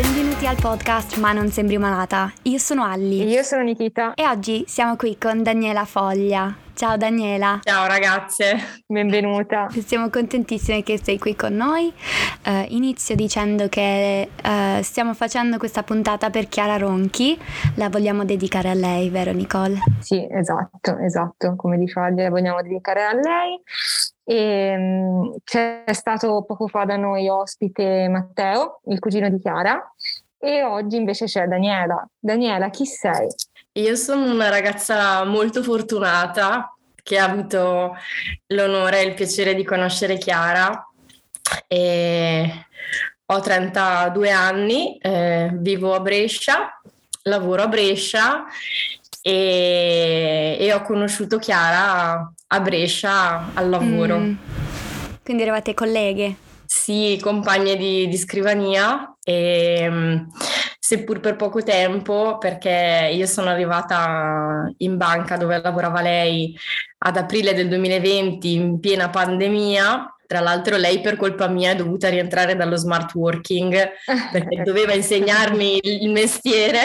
benvenuti al podcast Ma non sembri malata. Io sono Alli. Io sono Nikita. E oggi siamo qui con Daniela Foglia. Ciao Daniela. Ciao ragazze, benvenuta. Siamo contentissime che sei qui con noi. Inizio dicendo che stiamo facendo questa puntata per Chiara Ronchi. La vogliamo dedicare a lei, vero Nicole? Sì, esatto. Come diceva Alli, la vogliamo dedicare a lei. E c'è stato poco fa da noi ospite Matteo, il cugino di Chiara, e oggi invece c'è Daniela. Daniela, chi sei? Io sono una ragazza molto fortunata che ha avuto l'onore e il piacere di conoscere Chiara. E ho 32 anni, vivo a Brescia, lavoro a Brescia e ho conosciuto Chiara a Brescia al lavoro. Quindi eravate colleghe? Sì, compagne di scrivania e seppur per poco tempo, perché io sono arrivata in banca dove lavorava lei ad aprile del 2020 in piena pandemia. Tra l'altro lei per colpa mia è dovuta rientrare dallo smart working perché doveva insegnarmi il mestiere.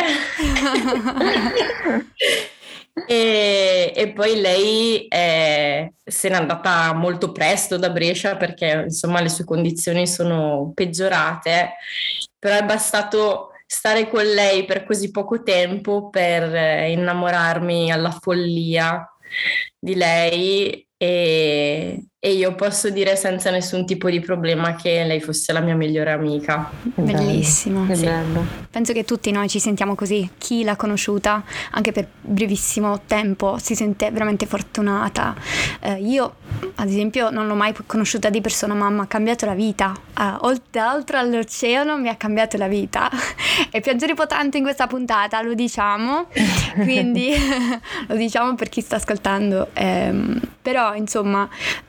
E poi lei se n'è andata molto presto da Brescia perché insomma le sue condizioni sono peggiorate, però è bastato stare con lei per così poco tempo per innamorarmi alla follia di lei e io posso dire senza nessun tipo di problema che lei fosse la mia migliore amica. Bellissimo. Che sì. bello. Penso che tutti noi ci sentiamo così. Chi l'ha conosciuta anche per brevissimo tempo si sente veramente fortunata. Io ad esempio non l'ho mai conosciuta di persona, ma mi ha cambiato la vita. Oltre all'oceano mi ha cambiato la vita. E piangere un po' tanto in questa puntata, lo diciamo. Quindi lo diciamo per chi sta ascoltando. Però insomma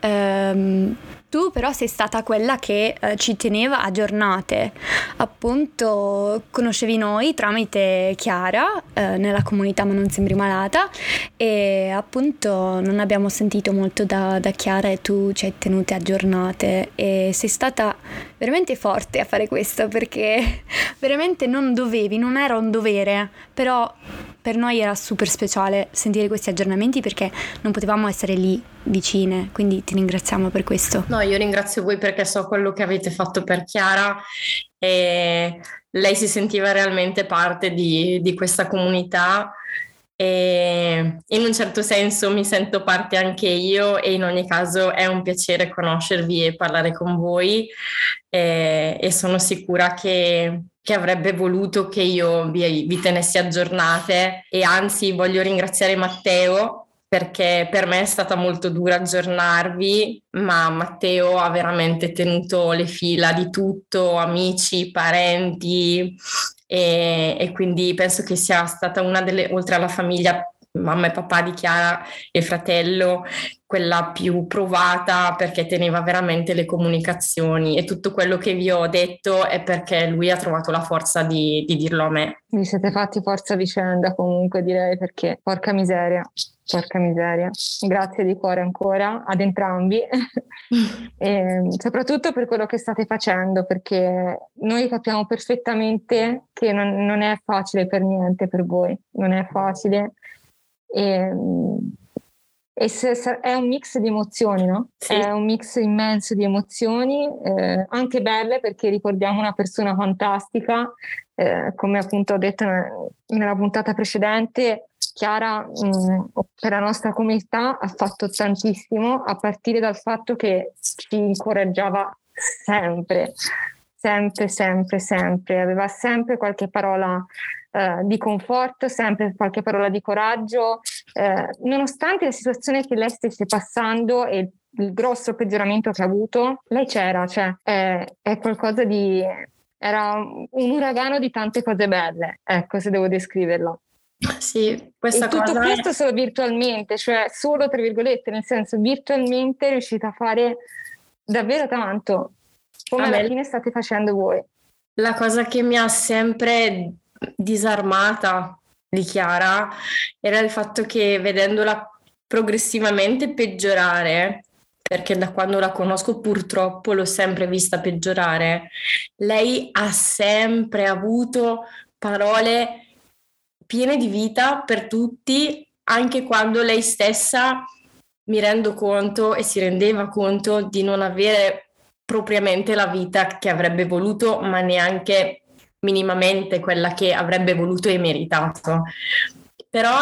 tu però sei stata quella che ci teneva aggiornate. Appunto conoscevi noi tramite Chiara nella comunità Ma non sembri malata, e appunto non abbiamo sentito molto da Chiara e tu ci hai tenute aggiornate e sei stata veramente forte a fare questo, perché veramente non era un dovere, però per noi era super speciale sentire questi aggiornamenti perché non potevamo essere lì vicine, quindi ti ringraziamo per questo. No, io ringrazio voi perché so quello che avete fatto per Chiara e lei si sentiva realmente parte di questa comunità e in un certo senso mi sento parte anche io e in ogni caso è un piacere conoscervi e parlare con voi e sono sicura che avrebbe voluto che io vi tenessi aggiornate e anzi voglio ringraziare Matteo perché per me è stata molto dura aggiornarvi, ma Matteo ha veramente tenuto le fila di tutto, amici, parenti e quindi penso che sia stata una delle, oltre alla famiglia, mamma e papà di Chiara e fratello, quella più provata perché teneva veramente le comunicazioni e tutto quello che vi ho detto è perché lui ha trovato la forza di dirlo a me. Vi siete fatti forza a vicenda comunque, direi, perché porca miseria. Grazie di cuore ancora ad entrambi e soprattutto per quello che state facendo, perché noi capiamo perfettamente che non è facile per niente per voi, non è facile e è un mix di emozioni, no? Sì. È un mix immenso di emozioni, anche belle, perché ricordiamo una persona fantastica, come appunto ho detto nella puntata precedente. Chiara per la nostra comunità ha fatto tantissimo, a partire dal fatto che ci incoraggiava sempre, aveva sempre qualche parola di conforto, sempre qualche parola di coraggio, nonostante la situazione che lei stesse passando e il grosso peggioramento che ha avuto, lei c'era, cioè è qualcosa di... era un uragano di tante cose belle, ecco, se devo descriverlo. Sì, questa e tutto cosa questo solo virtualmente, cioè solo tra virgolette, nel senso virtualmente è riuscita a fare davvero tanto, come alla fine state facendo voi. La cosa che mi ha sempre disarmata di Chiara era il fatto che vedendola progressivamente peggiorare perché da quando la conosco purtroppo l'ho sempre vista peggiorare, lei ha sempre avuto parole piene di vita per tutti, anche quando lei stessa mi rendo conto e si rendeva conto di non avere propriamente la vita che avrebbe voluto, ma neanche minimamente quella che avrebbe voluto e meritato. Però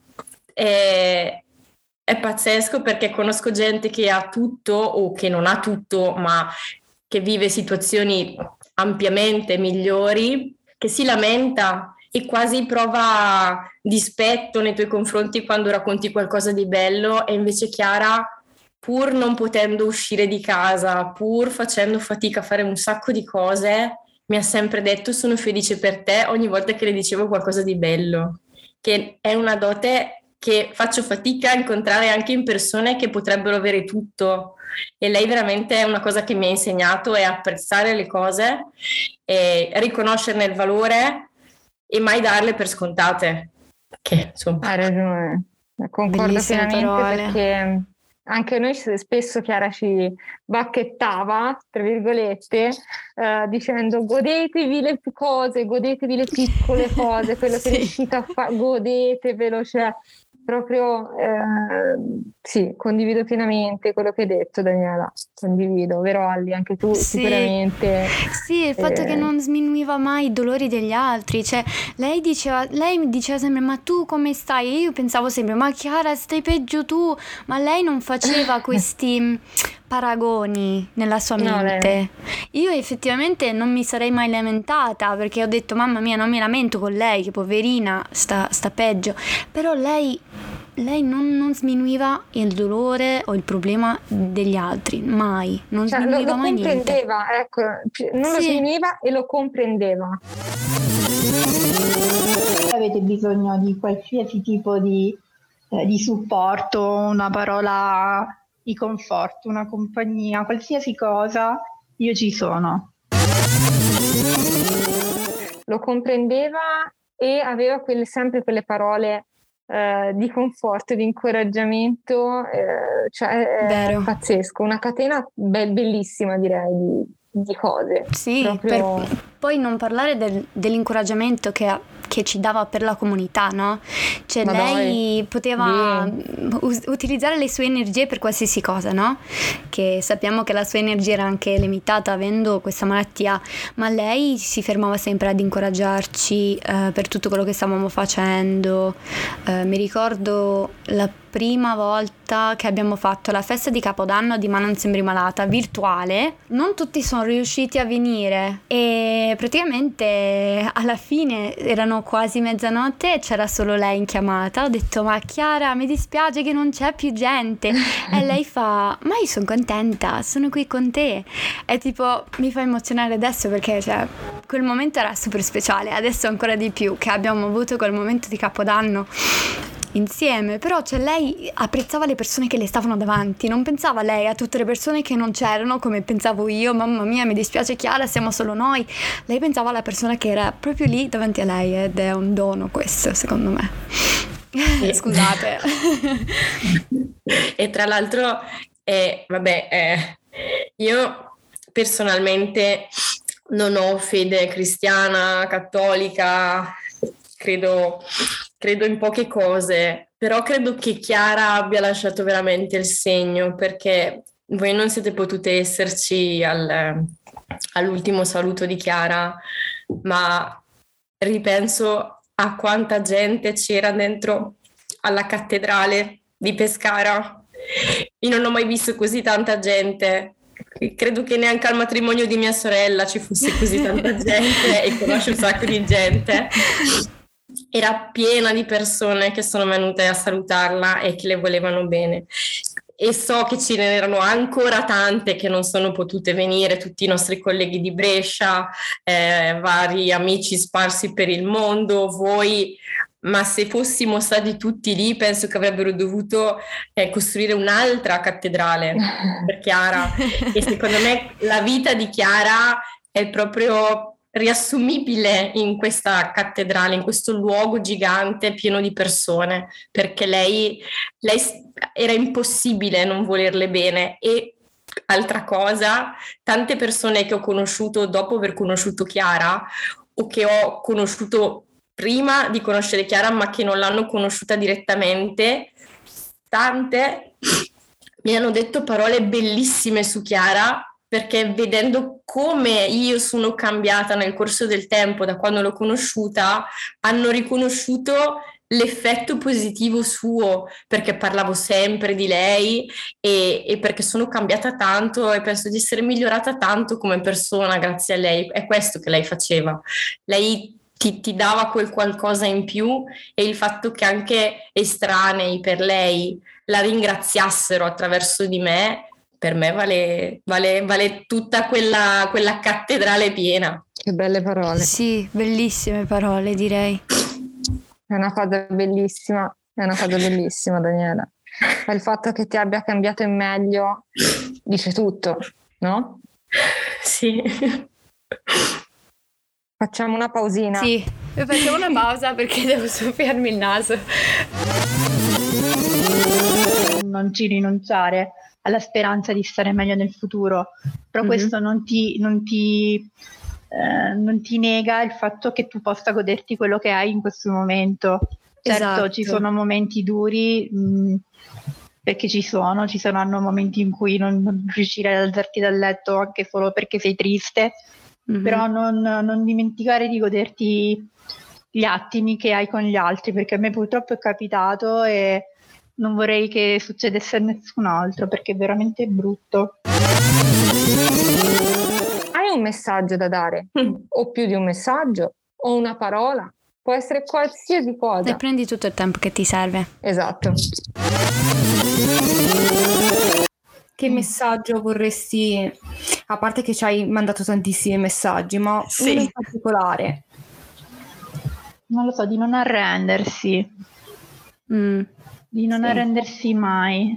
è pazzesco, perché conosco gente che ha tutto o che non ha tutto, ma che vive situazioni ampiamente migliori, che si lamenta e quasi prova dispetto nei tuoi confronti quando racconti qualcosa di bello, e invece Chiara, pur non potendo uscire di casa, pur facendo fatica a fare un sacco di cose, mi ha sempre detto: sono felice per te, ogni volta che le dicevo qualcosa di bello, che è una dote che faccio fatica a incontrare anche in persone che potrebbero avere tutto. E lei veramente è una cosa che mi ha insegnato, è apprezzare le cose e riconoscerne il valore e mai darle per scontate. Che insomma. Hai ragione, concordo Bellissime pienamente, parole. perché anche noi spesso Chiara ci bacchettava, tra virgolette, dicendo: godetevi le cose, godetevi le piccole cose, quello che riuscite a fare, godetevelo, cioè proprio sì, condivido pienamente quello che hai detto, Daniela, condivido, vero Alli? Anche tu sicuramente. Sì, il fatto che non sminuiva mai i dolori degli altri, cioè lei mi diceva sempre: ma tu come stai? E io pensavo sempre: ma Chiara, stai peggio tu, ma lei non faceva questi paragoni nella sua mente. Io effettivamente non mi sarei mai lamentata, perché ho detto: mamma mia, non mi lamento con lei, che poverina sta peggio, però lei non sminuiva il dolore o il problema degli altri, mai, non sminuiva lo mai niente. comprendeva, ecco, non lo sminuiva e lo comprendeva. Avete bisogno di qualsiasi tipo di supporto, una parola di conforto, una compagnia, qualsiasi cosa, io ci sono. Lo comprendeva e aveva sempre quelle parole di conforto, di incoraggiamento, cioè è pazzesco, una catena bellissima, direi, di cose. Sì, proprio... per poi non parlare dell'incoraggiamento che ci dava per la comunità, no? Cioè lei poteva utilizzare le sue energie per qualsiasi cosa, no? Che sappiamo che la sua energia era anche limitata avendo questa malattia, ma lei si fermava sempre ad incoraggiarci per tutto quello che stavamo facendo. Mi ricordo la prima volta che abbiamo fatto la festa di Capodanno di Ma non sembri malata, virtuale. Non tutti sono riusciti a venire e praticamente alla fine erano quasi mezzanotte e c'era solo lei in chiamata. Ho detto: ma Chiara, mi dispiace che non c'è più gente. E lei fa: ma io sono contenta, sono qui con te. E tipo mi fa emozionare adesso, perché cioè quel momento era super speciale, adesso ancora di più, che abbiamo avuto quel momento di Capodanno insieme. Però cioè lei apprezzava le persone che le stavano davanti, non pensava lei a tutte le persone che non c'erano come pensavo io: mamma mia, mi dispiace Chiara, siamo solo noi. Lei pensava alla persona che era proprio lì davanti a lei, ed è un dono questo, secondo me. Scusate. E tra l'altro io personalmente non ho fede cristiana, cattolica, credo in poche cose, però credo che Chiara abbia lasciato veramente il segno, perché voi non siete potute esserci all'ultimo saluto di Chiara, ma ripenso a quanta gente c'era dentro alla cattedrale di Pescara. Io non ho mai visto così tanta gente. Credo che neanche al matrimonio di mia sorella ci fosse così tanta gente, e conosce un sacco di gente. Era piena di persone che sono venute a salutarla e che le volevano bene. E so che ce n'erano ancora tante che non sono potute venire, tutti i nostri colleghi di Brescia, vari amici sparsi per il mondo, voi, ma se fossimo stati tutti lì penso che avrebbero dovuto costruire un'altra cattedrale per Chiara. E secondo me la vita di Chiara è proprio riassumibile in questa cattedrale, in questo luogo gigante pieno di persone, perché lei era impossibile non volerle bene. E altra cosa, tante persone che ho conosciuto dopo aver conosciuto Chiara, o che ho conosciuto prima di conoscere Chiara ma che non l'hanno conosciuta direttamente, tante mi hanno detto parole bellissime su Chiara, perché vedendo come io sono cambiata nel corso del tempo da quando l'ho conosciuta, hanno riconosciuto l'effetto positivo suo, perché parlavo sempre di lei e perché sono cambiata tanto e penso di essere migliorata tanto come persona grazie a lei. È questo che lei faceva. Lei ti dava quel qualcosa in più, e il fatto che anche estranei per lei la ringraziassero attraverso di me, per me vale tutta quella cattedrale piena. Che belle parole. Sì, bellissime parole, direi. È una cosa bellissima, Daniela. Ma il fatto che ti abbia cambiato in meglio dice tutto, no? Sì. Facciamo una pausina. Sì, facciamo una pausa perché devo soffiarmi il naso. Non ci rinunciare alla speranza di stare meglio nel futuro, però questo non ti nega il fatto che tu possa goderti quello che hai in questo momento. Certo, Esatto. ci sono momenti duri, perché ci saranno momenti in cui non riuscirai ad alzarti dal letto anche solo perché sei triste, però non dimenticare di goderti gli attimi che hai con gli altri, perché a me purtroppo è capitato e non vorrei che succedesse a nessun altro, perché è veramente brutto. Hai un messaggio da dare, o più di un messaggio, o una parola, può essere qualsiasi cosa. E prendi tutto il tempo che ti serve. Esatto. Che messaggio vorresti, a parte che ci hai mandato tantissimi messaggi, ma Sì. uno in particolare? Non lo so, di non arrendersi, di non arrendersi mai,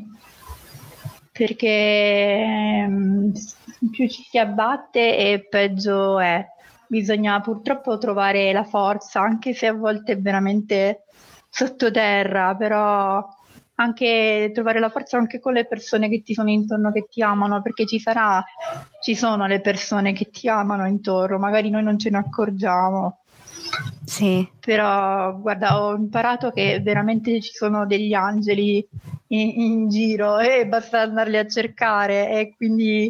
perché più ci si abbatte e peggio è. Bisogna purtroppo trovare la forza, anche se a volte è veramente sottoterra, però anche trovare la forza anche con le persone che ti sono intorno, che ti amano, perché ci sono le persone che ti amano intorno, magari noi non ce ne accorgiamo. Sì. Però guarda, ho imparato che veramente ci sono degli angeli in giro e basta andarli a cercare, e quindi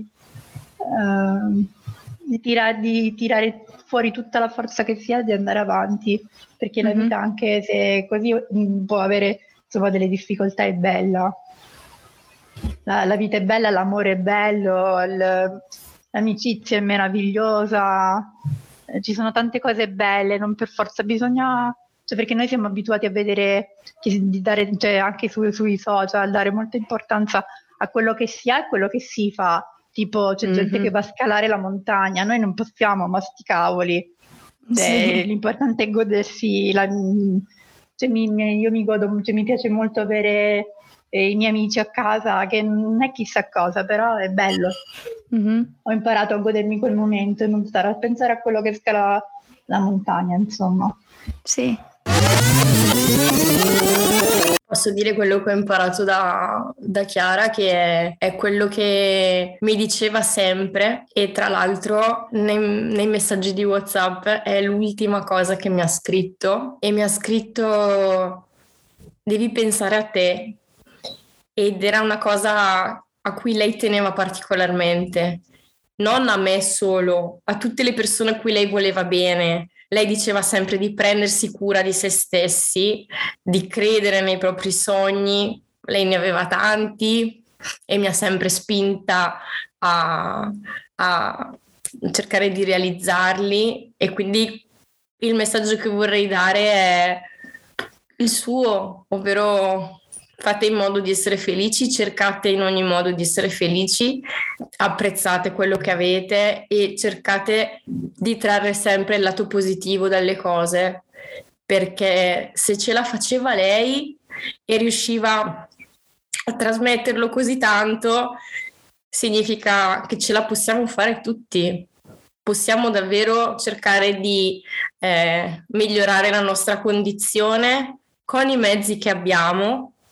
di tirare fuori tutta la forza che si ha, di andare avanti, perché la vita, anche se così può avere insomma delle difficoltà, è bella. La vita è bella, l'amore è bello, l'amicizia è meravigliosa, ci sono tante cose belle, non per forza bisogna, cioè, perché noi siamo abituati a vedere, di dare, cioè, anche sui social, dare molta importanza a quello che si ha e quello che si fa. Tipo, c'è gente che va a scalare la montagna, noi non possiamo, ma sti cavoli. Cioè, l'importante è godersi io mi godo, cioè, mi piace molto avere i miei amici a casa, che non è chissà cosa, però è bello. Ho imparato a godermi quel momento e non stare a pensare a quello che scala la montagna, insomma. Sì. Posso dire quello che ho imparato da Chiara, che è quello che mi diceva sempre, e tra l'altro nei messaggi di WhatsApp è l'ultima cosa che mi ha scritto, e mi ha scritto: devi pensare a te. Ed era una cosa a cui lei teneva particolarmente, non a me solo, a tutte le persone a cui lei voleva bene. Lei diceva sempre di prendersi cura di se stessi, di credere nei propri sogni. Lei ne aveva tanti e mi ha sempre spinta a cercare di realizzarli, e quindi il messaggio che vorrei dare è il suo, ovvero: fate in modo di essere felici, cercate in ogni modo di essere felici, apprezzate quello che avete e cercate di trarre sempre il lato positivo dalle cose, perché se ce la faceva lei e riusciva a trasmetterlo così tanto, significa che ce la possiamo fare tutti. Possiamo davvero cercare di migliorare la nostra condizione con i mezzi che abbiamo,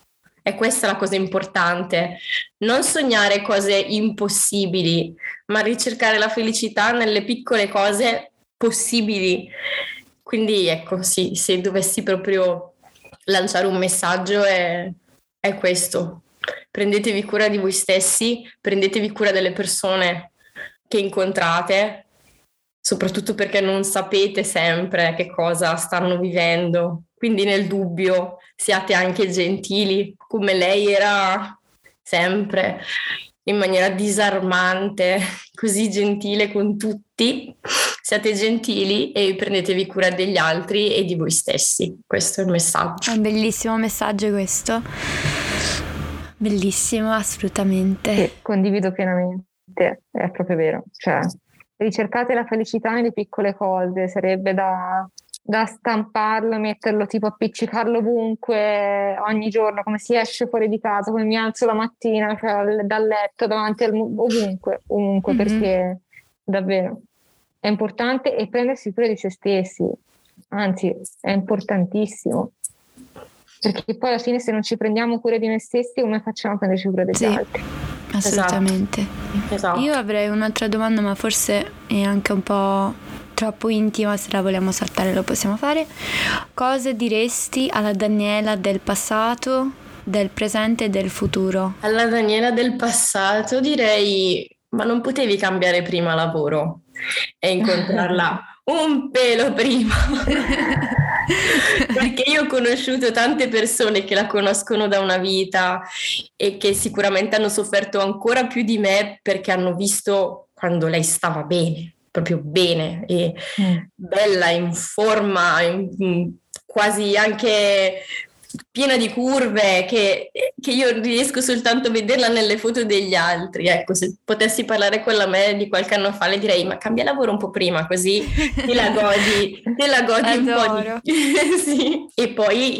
È questa la cosa importante, non sognare cose impossibili, ma ricercare la felicità nelle piccole cose possibili. Quindi ecco, sì, se dovessi proprio lanciare un messaggio è questo. Prendetevi cura di voi stessi, prendetevi cura delle persone che incontrate, soprattutto perché non sapete sempre che cosa stanno vivendo. Quindi nel dubbio siate anche gentili, come lei era sempre, in maniera disarmante, così gentile con tutti. Siate gentili e prendetevi cura degli altri e di voi stessi. Questo è il messaggio. È un bellissimo messaggio questo. Bellissimo, assolutamente. Sì, condivido pienamente, è proprio vero. Cioè, ricercate la felicità nelle piccole cose, sarebbe da stamparlo, metterlo tipo, appiccicarlo ovunque, ogni giorno, come si esce fuori di casa, come mi alzo la mattina, cioè, dal letto, davanti ovunque, perché davvero è importante, e prendersi cura di se stessi, anzi è importantissimo, perché poi alla fine se non ci prendiamo cura di noi stessi, come facciamo a prenderci cura degli altri? Assolutamente. Esatto. Io avrei un'altra domanda, ma forse è anche un po' troppo intima, se la vogliamo saltare lo possiamo fare. Cosa diresti alla Daniela del passato, del presente e del futuro? Alla Daniela del passato direi: ma non potevi cambiare prima lavoro e incontrarla un pelo prima? Perché io ho conosciuto tante persone che la conoscono da una vita e che sicuramente hanno sofferto ancora più di me, perché hanno visto quando lei stava bene, proprio bene e bella, in forma, quasi anche piena di curve, che io riesco soltanto a vederla nelle foto degli altri. Ecco, se potessi parlare con la me di qualche anno fa, le direi: ma cambia lavoro un po' prima, così te la godi un po' di... Sì. E poi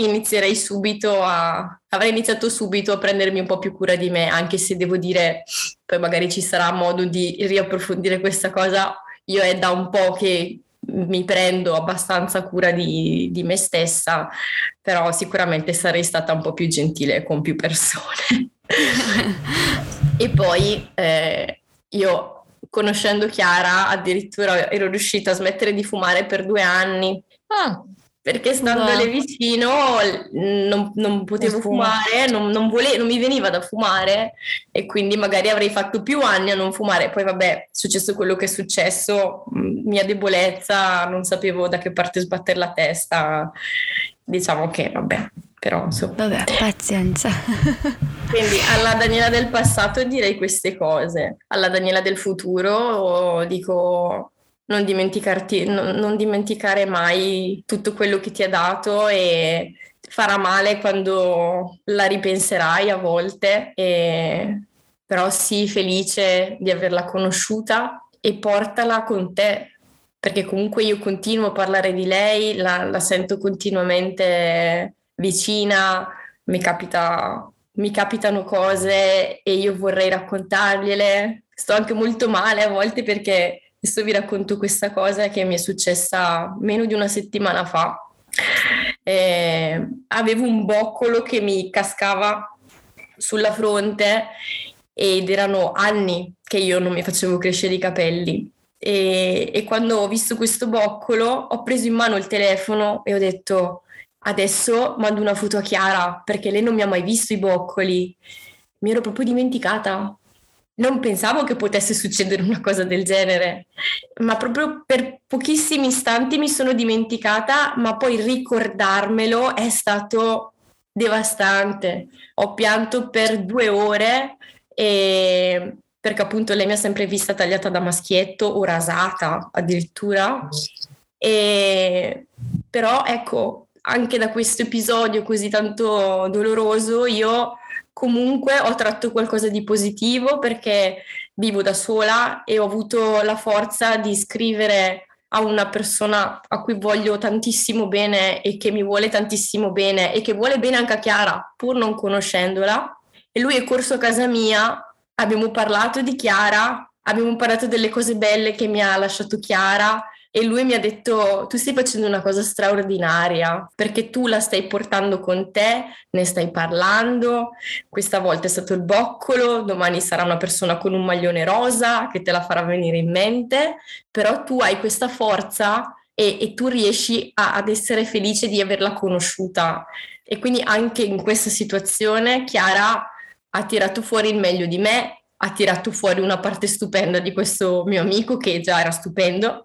avrei iniziato subito a prendermi un po' più cura di me, anche se devo dire, poi magari ci sarà modo di riapprofondire questa cosa. Io è da un po' che mi prendo abbastanza cura di me stessa, però sicuramente sarei stata un po' più gentile con più persone. E poi io, conoscendo Chiara, addirittura ero riuscita a smettere di fumare per 2 anni. Perché standole vicino non potevo fumare, non mi veniva da fumare, e quindi magari avrei fatto più anni a non fumare. Poi vabbè, è successo quello che è successo, mia debolezza, non sapevo da che parte sbattere la testa, diciamo che vabbè, però insomma. Vabbè, pazienza. Quindi alla Daniela del passato direi queste cose. Alla Daniela del futuro dico: non dimenticare mai tutto quello che ti ha dato, e farà male quando la ripenserai a volte, però sii felice di averla conosciuta e portala con te, perché comunque io continuo a parlare di lei, la sento continuamente vicina, mi capitano cose e io vorrei raccontargliele. Sto anche molto male a volte, perché adesso vi racconto questa cosa che mi è successa meno di una settimana fa. Avevo un boccolo che mi cascava sulla fronte ed erano anni che io non mi facevo crescere i capelli. E quando ho visto questo boccolo ho preso in mano il telefono e ho detto: adesso mando una foto a Chiara, perché lei non mi ha mai visto i boccoli. Mi ero proprio dimenticata. Non pensavo che potesse succedere una cosa del genere, ma proprio per pochissimi istanti mi sono dimenticata, ma poi ricordarmelo è stato devastante. Ho pianto per 2 ore, perché appunto lei mi ha sempre vista tagliata da maschietto o rasata addirittura. Però ecco, anche da questo episodio così tanto doloroso io comunque ho tratto qualcosa di positivo, perché vivo da sola e ho avuto la forza di scrivere a una persona a cui voglio tantissimo bene e che mi vuole tantissimo bene e che vuole bene anche a Chiara, pur non conoscendola. E lui è corso a casa mia, abbiamo parlato di Chiara, abbiamo parlato delle cose belle che mi ha lasciato Chiara, e lui mi ha detto: tu stai facendo una cosa straordinaria perché tu la stai portando con te, ne stai parlando, questa volta è stato il boccolo, domani sarà una persona con un maglione rosa che te la farà venire in mente, però tu hai questa forza e tu riesci ad essere felice di averla conosciuta. E quindi anche in questa situazione Chiara ha tirato fuori il meglio di me, ha tirato fuori una parte stupenda di questo mio amico che già era stupendo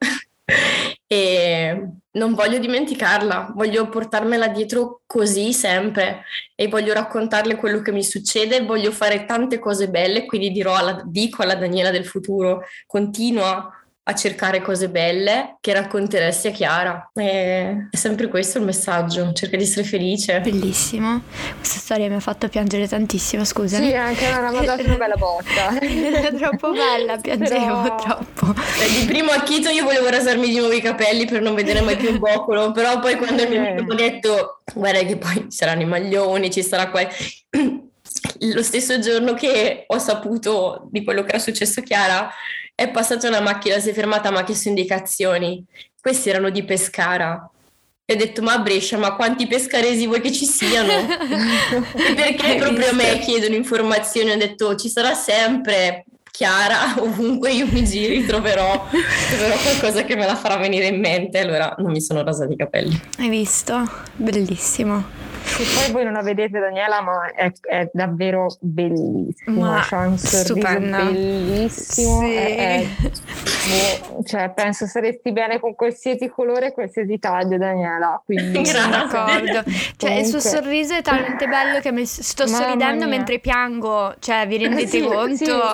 e non voglio dimenticarla, voglio portarmela dietro così sempre e voglio raccontarle quello che mi succede, voglio fare tante cose belle, quindi dico alla Daniela del futuro: continua a cercare cose belle che racconteresti a Chiara. E è sempre questo il messaggio, cerca di essere felice. Bellissimo, questa storia mi ha fatto piangere tantissimo, scusami. Sì, anche a me ha dato una bella botta. Era troppo bella, piangevo troppo. Di primo acchito io volevo rasarmi di nuovo i capelli per non vedere mai più un boccolo, però poi quando il mio amico mi ha detto: guarda che poi ci saranno i maglioni, ci sarà lo stesso giorno che ho saputo di quello che era successo a Chiara, è passata una macchina, si è fermata, ma che su indicazioni? Questi erano di Pescara. E ho detto: ma a Brescia, ma quanti pescaresi vuoi che ci siano? E perché proprio a me chiedono informazioni? Ho detto: ci sarà sempre Chiara, ovunque io mi giri troverò qualcosa che me la farà venire in mente. Allora non mi sono rasati i capelli. Hai visto? Bellissimo. Che poi voi non la vedete, Daniela, ma è davvero bellissimo. Ma c'ha un sorriso stupenda. bellissimo. Sì. Cioè, penso saresti bene con qualsiasi colore, qualsiasi taglio, Daniela. Quindi Sono Grazie. d'accordo. Cioè, il suo Comunque- sorriso è talmente bello che sto Mamma sorridendo mia. mentre piango. Cioè, vi rendete Sì, conto?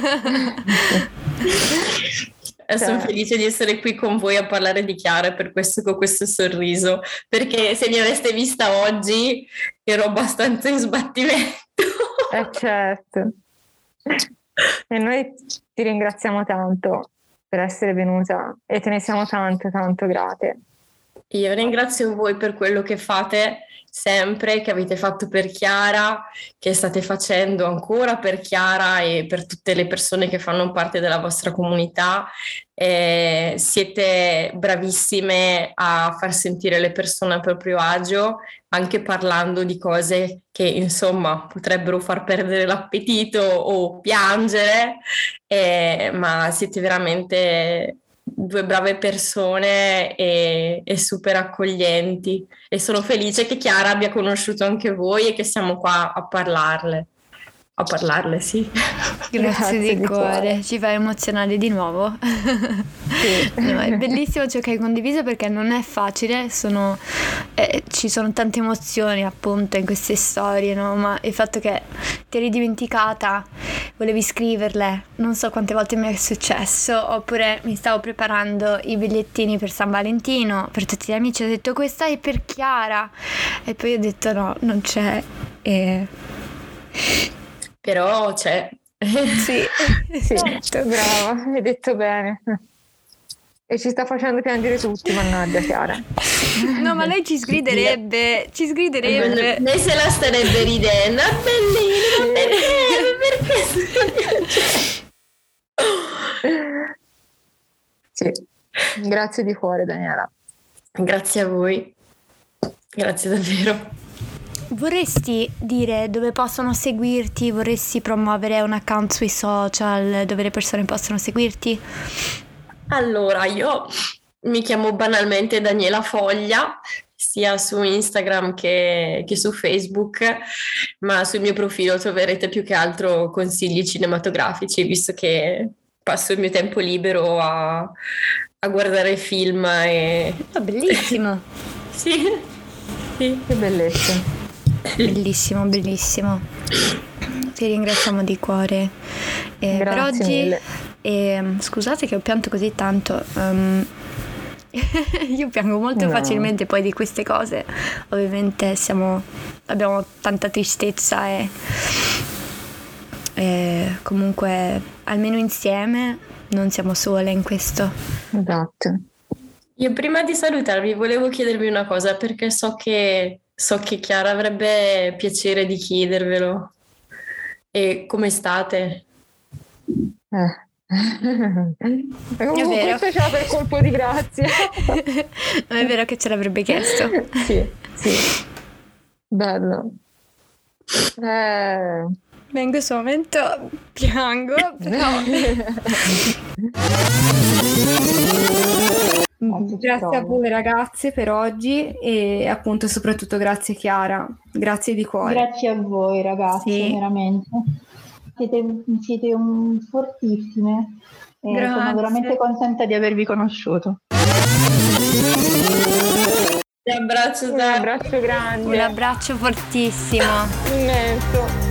Sono Cioè. felice di essere qui con voi a parlare di Chiara per questo, con questo sorriso, perché se mi aveste vista oggi ero abbastanza in sbattimento. Certo. E noi ti ringraziamo tanto per essere venuta e te ne siamo tanto, tanto grate. Io ringrazio voi per quello che fate sempre, che avete fatto per Chiara, che state facendo ancora per Chiara e per tutte le persone che fanno parte della vostra comunità. Siete bravissime a far sentire le persone a proprio agio, anche parlando di cose che insomma potrebbero far perdere l'appetito o piangere, ma siete veramente due brave persone e super accoglienti, e sono felice che Chiara abbia conosciuto anche voi e che siamo qua a parlarle, sì. Grazie di cuore, ci fai emozionare di nuovo. Sì. No, è bellissimo ciò che hai condiviso perché non è facile, ci sono tante emozioni appunto in queste storie, no? Ma il fatto che ti eri dimenticata, volevi scriverle, non so quante volte mi è successo, oppure mi stavo preparando i bigliettini per San Valentino, per tutti gli amici, ho detto questa è per Chiara e poi ho detto no, non c'è. Però c'è. Sì, Sì, esatto. brava, hai detto bene. E ci sta facendo piangere tutti, mannaggia Chiara. No, ma lei ci sgriderebbe, Lei se la starebbe ridendo. Ah, bellino, perché? Sì, grazie di cuore Daniela. Grazie a voi, grazie davvero. Vorresti dire dove possono seguirti? Vorresti promuovere un account sui social dove le persone possono seguirti? Allora, io mi chiamo banalmente Daniela Foglia, sia su Instagram che su Facebook, ma sul mio profilo troverete più che altro consigli cinematografici, visto che passo il mio tempo libero a guardare film e... Bellissimo. Sì. Che bellezza. Bellissimo, bellissimo. Ti ringraziamo di cuore per Grazie oggi. mille. Scusate che ho pianto così tanto. Io piango molto No. facilmente poi di queste cose. Ovviamente abbiamo tanta tristezza e comunque almeno insieme non siamo sole in questo. Esatto. Io prima di salutarvi volevo chiedervi una cosa, perché so che Chiara avrebbe piacere di chiedervelo. E come state? Comunque vero. questo c'era per colpo di grazia. Non è vero che ce l'avrebbe chiesto. Sì. Bello. In questo momento piango, però... Grazie a voi ragazze per oggi e appunto soprattutto grazie Chiara, grazie di cuore. Grazie a voi ragazzi, Sì. veramente. Siete fortissime e Grazie. sono veramente contenta di avervi conosciuto. Ti abbraccio, Un abbraccio grande. Un abbraccio fortissimo. Immenso.